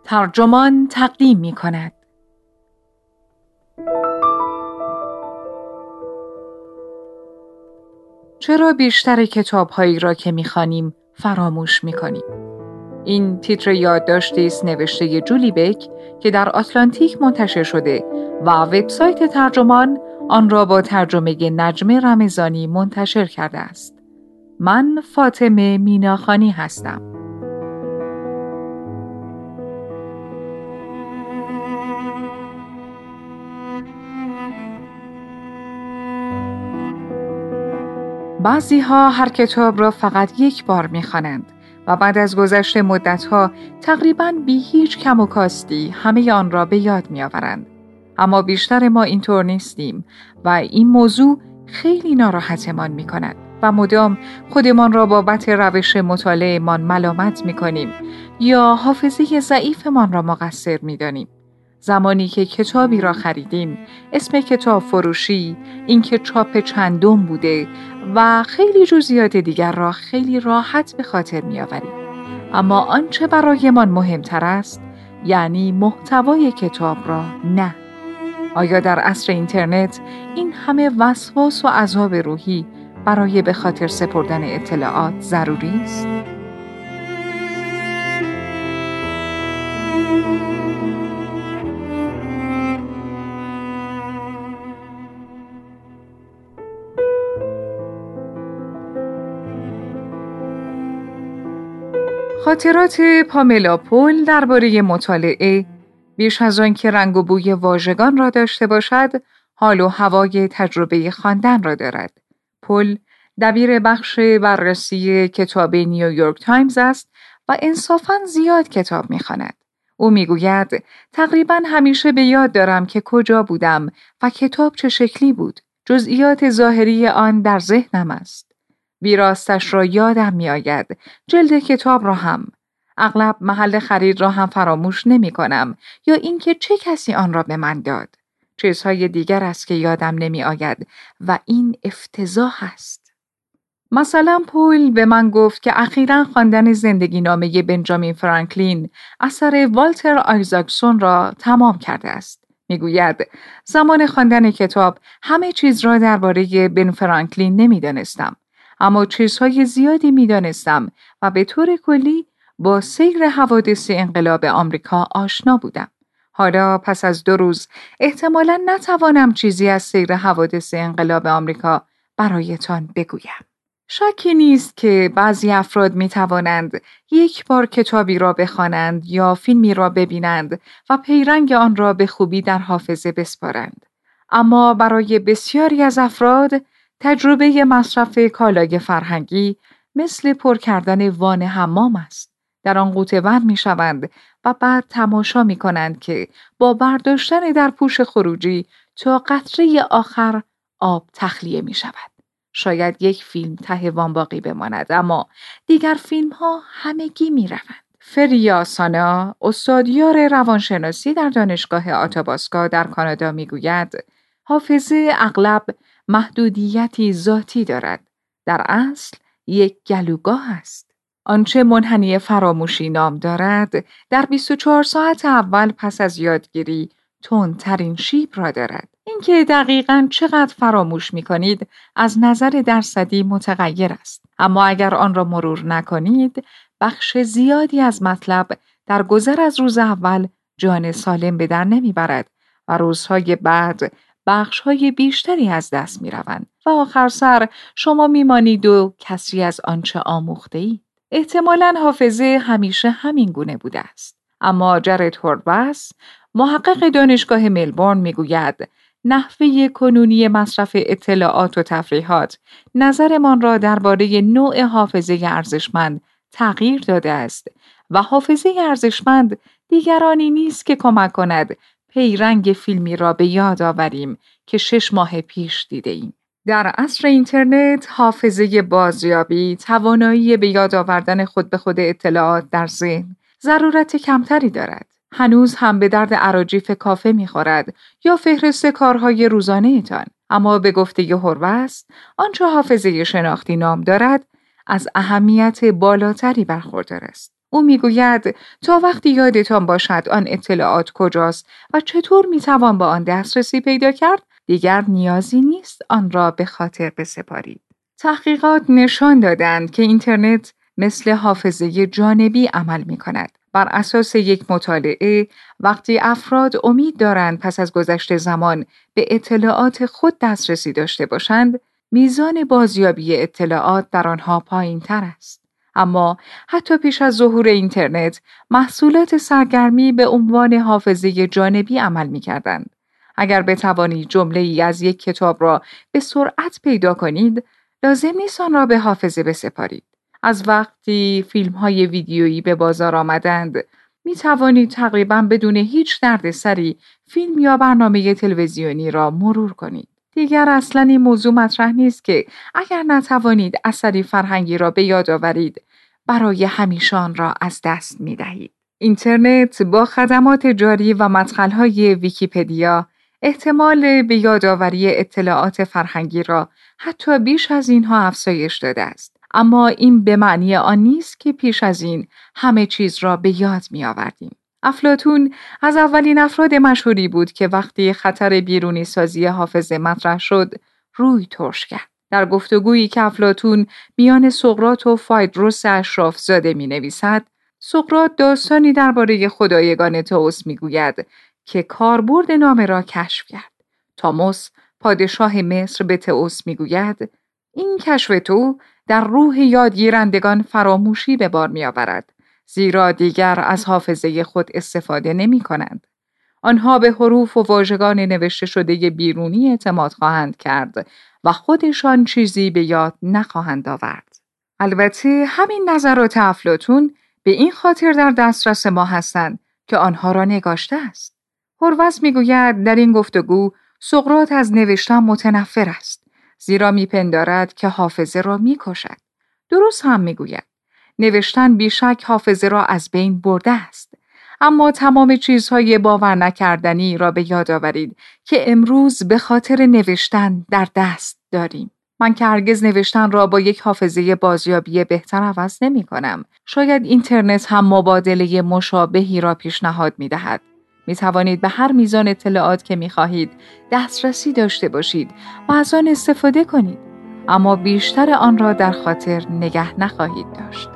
ترجمان تقدیم می کند. چرا بیشتر کتاب‌هایی را که می‌خوانیم فراموش می‌کنیم؟ این تیتر یادداشتی است نوشته جولی بک که در آتلانتیک منتشر شده و وبسایت ترجمان آن را با ترجمه نجم رمضانی منتشر کرده است. من فاطمه میناخانی هستم. بعضی‌ها هر کتاب را فقط یک بار می‌خوانند و بعد از گذشت مدت‌ها تقریباً بی هیچ کم و کاستی همه آن را به یاد می‌آورند. اما بیشتر ما اینطور نیستیم و این موضوع خیلی ناراحتمان می‌کند و مدام خودمان را بابت روش مطالعه‌مان ملامت می‌کنیم یا حافظه ضعیفمان را مقصر می‌دانیم. زمانی که کتابی را خریدیم، اسم کتاب فروشی، اینکه چاپ چندم بوده و خیلی جزئیات دیگر را خیلی راحت به خاطر می‌آوریم. اما آنچه برایمان مهمتر است، یعنی محتوای کتاب را نه. آیا در عصر اینترنت این همه وسواس و عذاب روحی برای به خاطر سپردن اطلاعات ضروری است؟ خاطرات پاملا پول درباره مطالعه بیش از آن که رنگ و بوی واژگان را داشته باشد، حال و هوای تجربه خواندن را دارد. پول دبیر بخش بررسی کتاب نیویورک تایمز است و انصافاً زیاد کتاب می‌خواند. او می‌گوید تقریباً همیشه به یاد دارم که کجا بودم و کتاب چه شکلی بود. جزئیات ظاهری آن در ذهنم است. ویراستش را یادم می‌آید، جلد کتاب را هم. اغلب محل خرید را هم فراموش نمی‌کنم یا اینکه چه کسی آن را به من داد. چیزهای دیگر است که یادم نمی‌آید و این افتضاح است. مثلا پول به من گفت که اخیراً خواندن زندگی نامه بنجامین فرانکلین اثر والتر آیزاکسون را تمام کرده است. میگوید زمان خواندن کتاب همه چیز را درباره بن فرانکلین نمی‌دانستم، اما چیزهای زیادی می‌دانستم و به طور کلی با سیر حوادث انقلاب آمریکا آشنا بودم. حالا پس از 2 روز احتمالاً نتوانم چیزی از سیر حوادث انقلاب آمریکا برایتان بگویم. شکی نیست که بعضی افراد می‌توانند یک بار کتابی را بخوانند یا فیلمی را ببینند و پیرنگ آن را به خوبی در حافظه بسپارند. اما برای بسیاری از افراد تجربه مصرف کالای فرهنگی مثل پر کردن وان حمام است. در آن غوطه‌ور می‌شوند و بعد تماشا می‌کنند که با برداشتن در پوش خروجی تا قطره آخر آب تخلیه می‌شود. شاید یک فیلم ته وان باقی بماند، اما دیگر فیلم‌ها همگی می‌روند. فریا سانا، استادیار روانشناسی در دانشگاه آتاباسکا در کانادا می‌گوید حافظه اغلب محدودیتی ذاتی دارد. در اصل یک گلوگاه است. آنچه منحنی فراموشی نام دارد، در 24 ساعت اول پس از یادگیری تندترین شیب را دارد. اینکه دقیقاً چقدر فراموش می‌کنید از نظر درصدی متغیر است. اما اگر آن را مرور نکنید، بخش زیادی از مطلب در گذر از روز اول جان سالم به در نمیبرد و روزهای بعد بخش‌های بیشتری از دست می‌روند و آخر سر شما می‌مانید و کسری از آنچه آموخته‌اید. احتمالاً حافظه همیشه همین گونه بوده است. اما جرد هورواث، محقق دانشگاه ملبورن می‌گوید نحوه کنونی مصرف اطلاعات و تفریحات نظرمان را درباره نوع حافظه ارزشمند تغییر داده است و حافظه ارزشمند دیگرانی نیست که کمک کند پیرنگ فیلمی را به یاد آوریم که 6 ماه پیش دیده ایم. در عصر اینترنت حافظه بازیابی، توانایی به یاد آوردن خود به خود اطلاعات در ذهن ضرورت کمتری دارد. هنوز هم به درد اراجیف کافه می‌خورد یا فهرست کارهای روزانه تان. اما به گفته هورواث، آنچه حافظه شناختی نام دارد، از اهمیت بالاتری برخوردار است. او میگوید تا وقتی یادتان باشد آن اطلاعات کجاست و چطور میتوان با آن دسترسی پیدا کرد، دیگر نیازی نیست آن را به خاطر بسپارید. تحقیقات نشان دادند که اینترنت مثل حافظه جانبی عمل می کند. بر اساس یک مطالعه، وقتی افراد امید دارند پس از گذشت زمان به اطلاعات خود دسترسی داشته باشند، میزان بازیابی اطلاعات در آنها پایین‌تر است. اما حتی پیش از ظهور اینترنت، محصولات سرگرمی به عنوان حافظه جانبی عمل می‌کردند. اگر بتوانید جمله‌ای از یک کتاب را به سرعت پیدا کنید، لازم نیست آن را به حافظه بسپارید. از وقتی فیلم‌های ویدیویی به بازار آمدند، می توانید تقریباً بدون هیچ دردسری فیلم یا برنامه تلویزیونی را مرور کنید. دیگر اصلاً این موضوع مطرح نیست که اگر نتوانید اثری فرهنگی را به یاد آورید، برای همیشه آن را از دست می دهید. اینترنت با خدمات جاری و مدخل‌های ویکی‌پدیا احتمال به یادآوری اطلاعات فرهنگی را حتی بیش از اینها افزایش داده است. اما این به معنی آن نیست که پیش از این همه چیز را به یاد می آوردیم. افلاطون از اولین افراد مشهوری بود که وقتی خطر بیرونی سازی حافظه مطرح شد، روی ترش کرد. در گفتگویی که افلاطون میان سقراط و فایدروس اشرافزاده می نویسد، سقراط داستانی درباره خدایگان تئوس می گوید که کاربرد نامه را کشف کرد. تاموس، پادشاه مصر، به تئوس می گوید این کشف تو در روح یادگیرندگان فراموشی به بار می آورد، زیرا دیگر از حافظه خود استفاده نمی کنند. آنها به حروف و واژگان نوشته شده بیرونی اعتماد خواهند کرد و خودشان چیزی به یاد نخواهند آورد. البته همین نظرات افلاطون به این خاطر در دسترس ما هستند که آنها را نگاشته است. هوروس میگوید در این گفتگو سقراط از نوشتن متنفر است، زیرا میپندارد که حافظه را میکشد. درست هم میگوید. نوشتن بیشک حافظه را از بین برده است. اما تمام چیزهای باور نکردنی را به یاد آورید که امروز به خاطر نوشتن در دست داریم. من که هرگز نوشتن را با یک حافظه بازیابی بهتر عوض نمی کنم. شاید اینترنت هم مبادله مشابهی را پیشنهاد می دهد. می توانید به هر میزان اطلاعات که می خواهید دسترسی داشته باشید و از آن استفاده کنید. اما بیشتر آن را در خاطر نگه نخواهید داشت.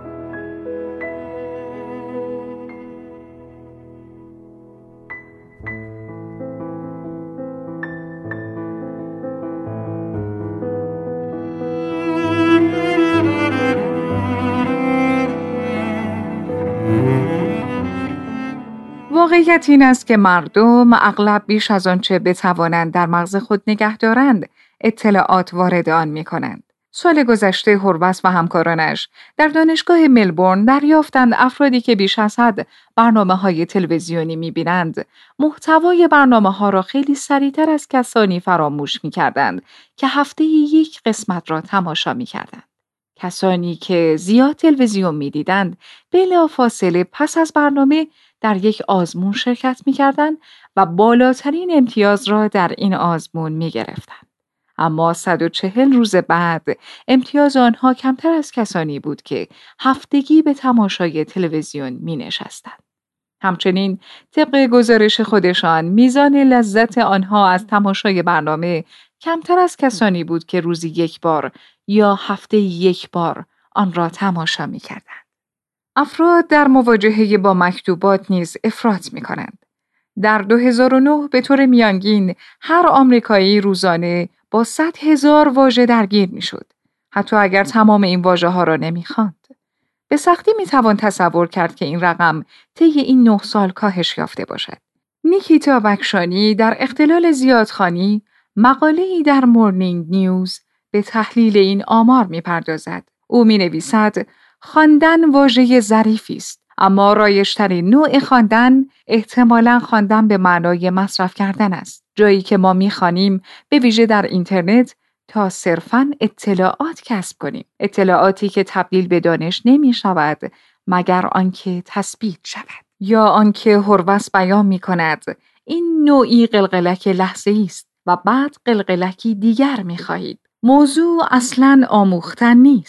واقعیت این است که مردم اغلب بیش از آنچه بتوانند در مغز خود نگه دارند، اطلاعات وارد آن می کنند. سال گذشته هوروس و همکارانش در دانشگاه ملبورن دریافتند افرادی که بیش از حد برنامه‌های تلویزیونی می‌بینند، محتوای برنامه‌ها را خیلی سریعتر از کسانی فراموش می‌کردند که هفته‌ای یک قسمت را تماشا می‌کردند. کسانی که زیاد تلویزیون می‌دیدند، بلافاصله پس از برنامه در یک آزمون شرکت می‌کردند و بالاترین امتیاز را در این آزمون می‌گرفتند. اما 140 روز بعد امتیاز آنها کمتر از کسانی بود که هفتگی به تماشای تلویزیون می‌نشستند. همچنین طبق گزارش خودشان میزان لذت آنها از تماشای برنامه کمتر از کسانی بود که روزی یک بار یا هفته یک بار آن را تماشا می‌کردند. افراد در مواجهه با مکتوبات نیز افراط می‌کنند. در 2009 به طور میانگین هر آمریکایی روزانه با 100,000 واژه درگیر می‌شد، حتی اگر تمام این واژه‌ها را نمی‌خواند. به سختی می‌توان تصور کرد که این رقم طی این 9 سال کاهش یافته باشد. نیکیتا بخشانی در اختلال زیادخوانی مقاله‌ای در مورنینگ نیوز به تحلیل این آمار می‌پردازد. او می‌نویسد خواندن واژه ظریفی است، اما رایج‌ترین نوع خواندن احتمالاً خواندن به معنای مصرف کردن است، جایی که ما می‌خوانیم به ویژه در اینترنت تا صرفاً اطلاعات کسب کنیم، اطلاعاتی که تبدیل به دانش نمی‌شود مگر آنکه تثبیت شود، یا آنکه هوروس بیان می‌کند این نوعی قلقلک لحظه‌ای است و بعد قلقلکی دیگر می‌خواهید. موضوع اصلاً آموختن نیست.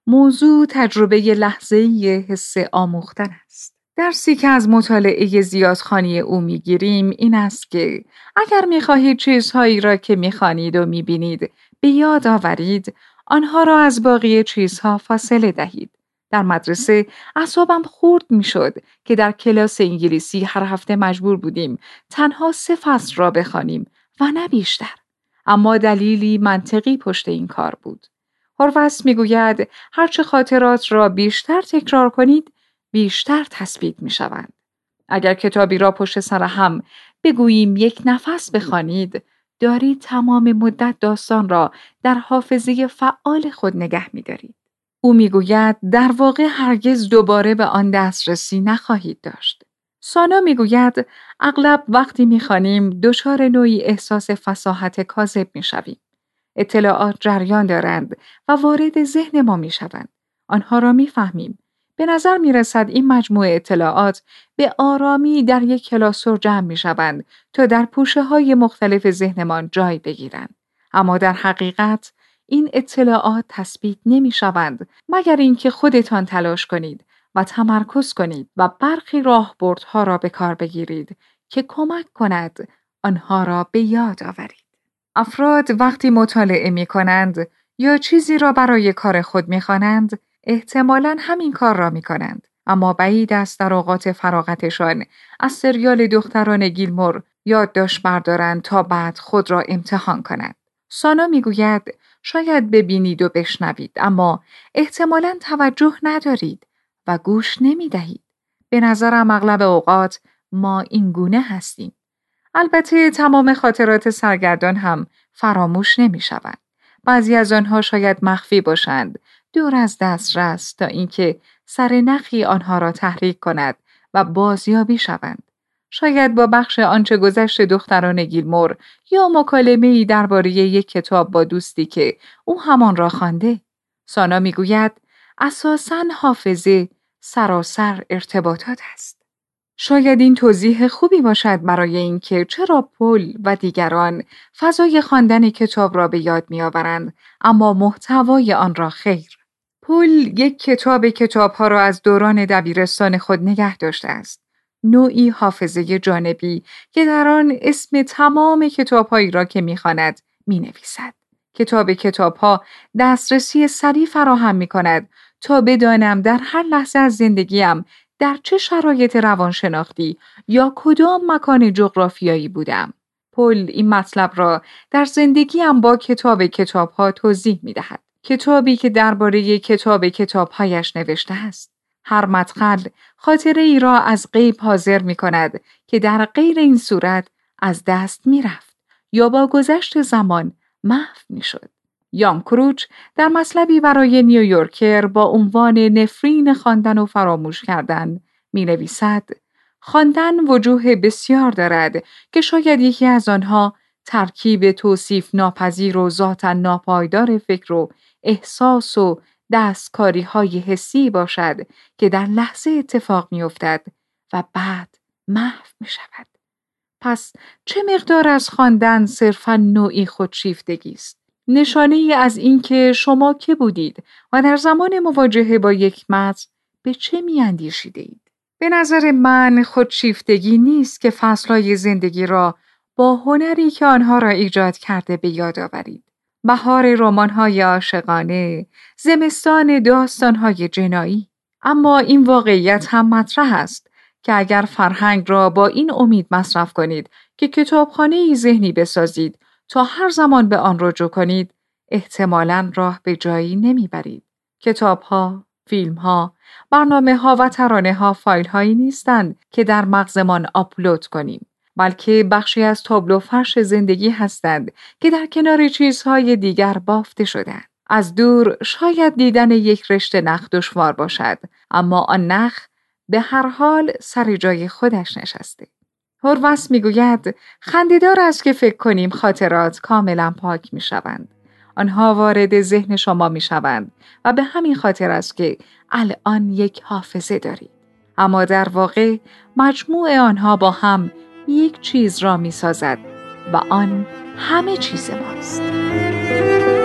موضوع تجربه لحظه‌ای حس آموختن است. درسی که از مطالعه زیادخوانی او میگیریم این است که اگر میخواهید چیزهایی را که میخوانید و میبینید به یاد آورید، آنها را از باقی چیزها فاصله دهید. در مدرسه اعصابم خورد میشد که در کلاس انگلیسی هر هفته مجبور بودیم تنها 3 فصل را بخوانیم و نه بیشتر. اما دلیلی منطقی پشت این کار بود. هوروس میگوید هرچه خاطرات را بیشتر تکرار کنید، بیشتر تثبیت میشوند. اگر کتابی را پشت سر هم بگوییم 1 نفس بخوانید، دارید تمام مدت داستان را در حافظه فعال خود نگه می‌دارید. او میگوید در واقع هرگز دوباره به آن دسترسی نخواهید داشت. سانا میگوید اغلب وقتی میخوانیم دچار نوعی احساس فصاحت کاذب میشویم. اطلاعات جریان دارند و وارد ذهن ما میشوند. آنها را میفهمیم. به نظر میرسد این مجموعه اطلاعات به آرامی در یک کلاسور جمع میشوند تا در پوشه‌های مختلف ذهنمان جای بگیرند. اما در حقیقت این اطلاعات تثبیت نمیشوند مگر اینکه خودتان تلاش کنید و تمرکز کنید و برخی راهبردها را به کار بگیرید که کمک کند آنها را به یاد آورید. افراد وقتی مطالعه می کنند یا چیزی را برای کار خود می خوانند، احتمالاً همین کار را می کنند. اما بعید است در اوقات فراغتشان از سریال دختران گیلمور یادداشت بردارند تا بعد خود را امتحان کنند. سانا می گوید شاید ببینید و بشنوید اما احتمالاً توجه ندارید و گوش نمی دهید. به نظرم اغلب اوقات ما این گونه هستیم. البته تمام خاطرات سرگردان هم فراموش نمی شوند. بعضی از آنها شاید مخفی باشند، دور از دسترس تا اینکه سرنخی آنها را تحریک کند و بازیابی شوند. شاید با بخش آنچه گذشت دختران گیلمور یا مکالمه‌ای درباره یک کتاب با دوستی که او همان را خوانده. سانا میگوید اساساً حافظه سراسر ارتباطات است. شاید این توضیح خوبی باشد برای اینکه چرا پل و دیگران فضای خواندن کتاب را به یاد می‌آورند اما محتوای آن را خیر. پل یک کتابها را از دوران دبیرستان خود نگه داشته است. نوعی حافظه جانبی که در آن اسم تمام کتاب‌هایی را که می‌خواند می‌نویسد. کتابها دسترسی سریع فراهم می‌کند تا بدانم در هر لحظه از زندگیم در چه شرایط روانشناختی یا کدام مکان جغرافیایی بودم. پل این مطلب را در زندگیم با کتابها توضیح می‌دهد. کتابی که درباره کتابهایش نوشته است. هر مدخل خاطره ای را از غیب حاضر می کند که در غیر این صورت از دست می رفت یا با گذشت زمان محو می شد. یان کروچ در مطلبی برای نیویورکر با عنوان نفرین خواندن و فراموش کردن می نویسد خواندن وجوه بسیار دارد که شاید یکی از آنها ترکیب توصیف ناپذیر و ذاتاً ناپایدار فکر و احساس و دستکاری های حسی باشد که در لحظه اتفاق می افتد و بعد محو می شود. پس چه مقدار از خواندن صرفاً نوعی خودشیفتگی است؟ نشانه ای از این که شما که بودید و در زمان مواجهه با یک متن به چه می اندیشیدید؟ به نظر من خودشیفتگی نیست که فصلهای زندگی را با هنری که آنها را ایجاد کرده به یاد آورید. بهار رمان‌های عاشقانه، زمستان داستان‌های جنایی. اما این واقعیت هم مطرح است که اگر فرهنگ را با این امید مصرف کنید که کتابخانه‌ای ذهنی بسازید تا هر زمان به آن رجوع کنید، احتمالاً راه به جایی نمیبرید. کتاب‌ها، فیلم‌ها، برنامه‌ها و ترانه‌ها فایل‌هایی نیستند که در مغزمان آپلود کنیم، بلکه بخشی از تابلو فرش زندگی هستند که در کنار چیزهای دیگر بافته شدند. از دور شاید دیدن یک رشته نخ دشوار باشد، اما آن نخ به هر حال سر جای خودش نشسته. هوروس میگوید خنده‌دار است که فکر کنیم خاطرات کاملا پاک میشوند. آنها وارد ذهن شما میشوند و به همین خاطر است که الان یک حافظه دارید. اما در واقع مجموع آنها با هم یک چیز را میسازد و آن همه چیز ماست.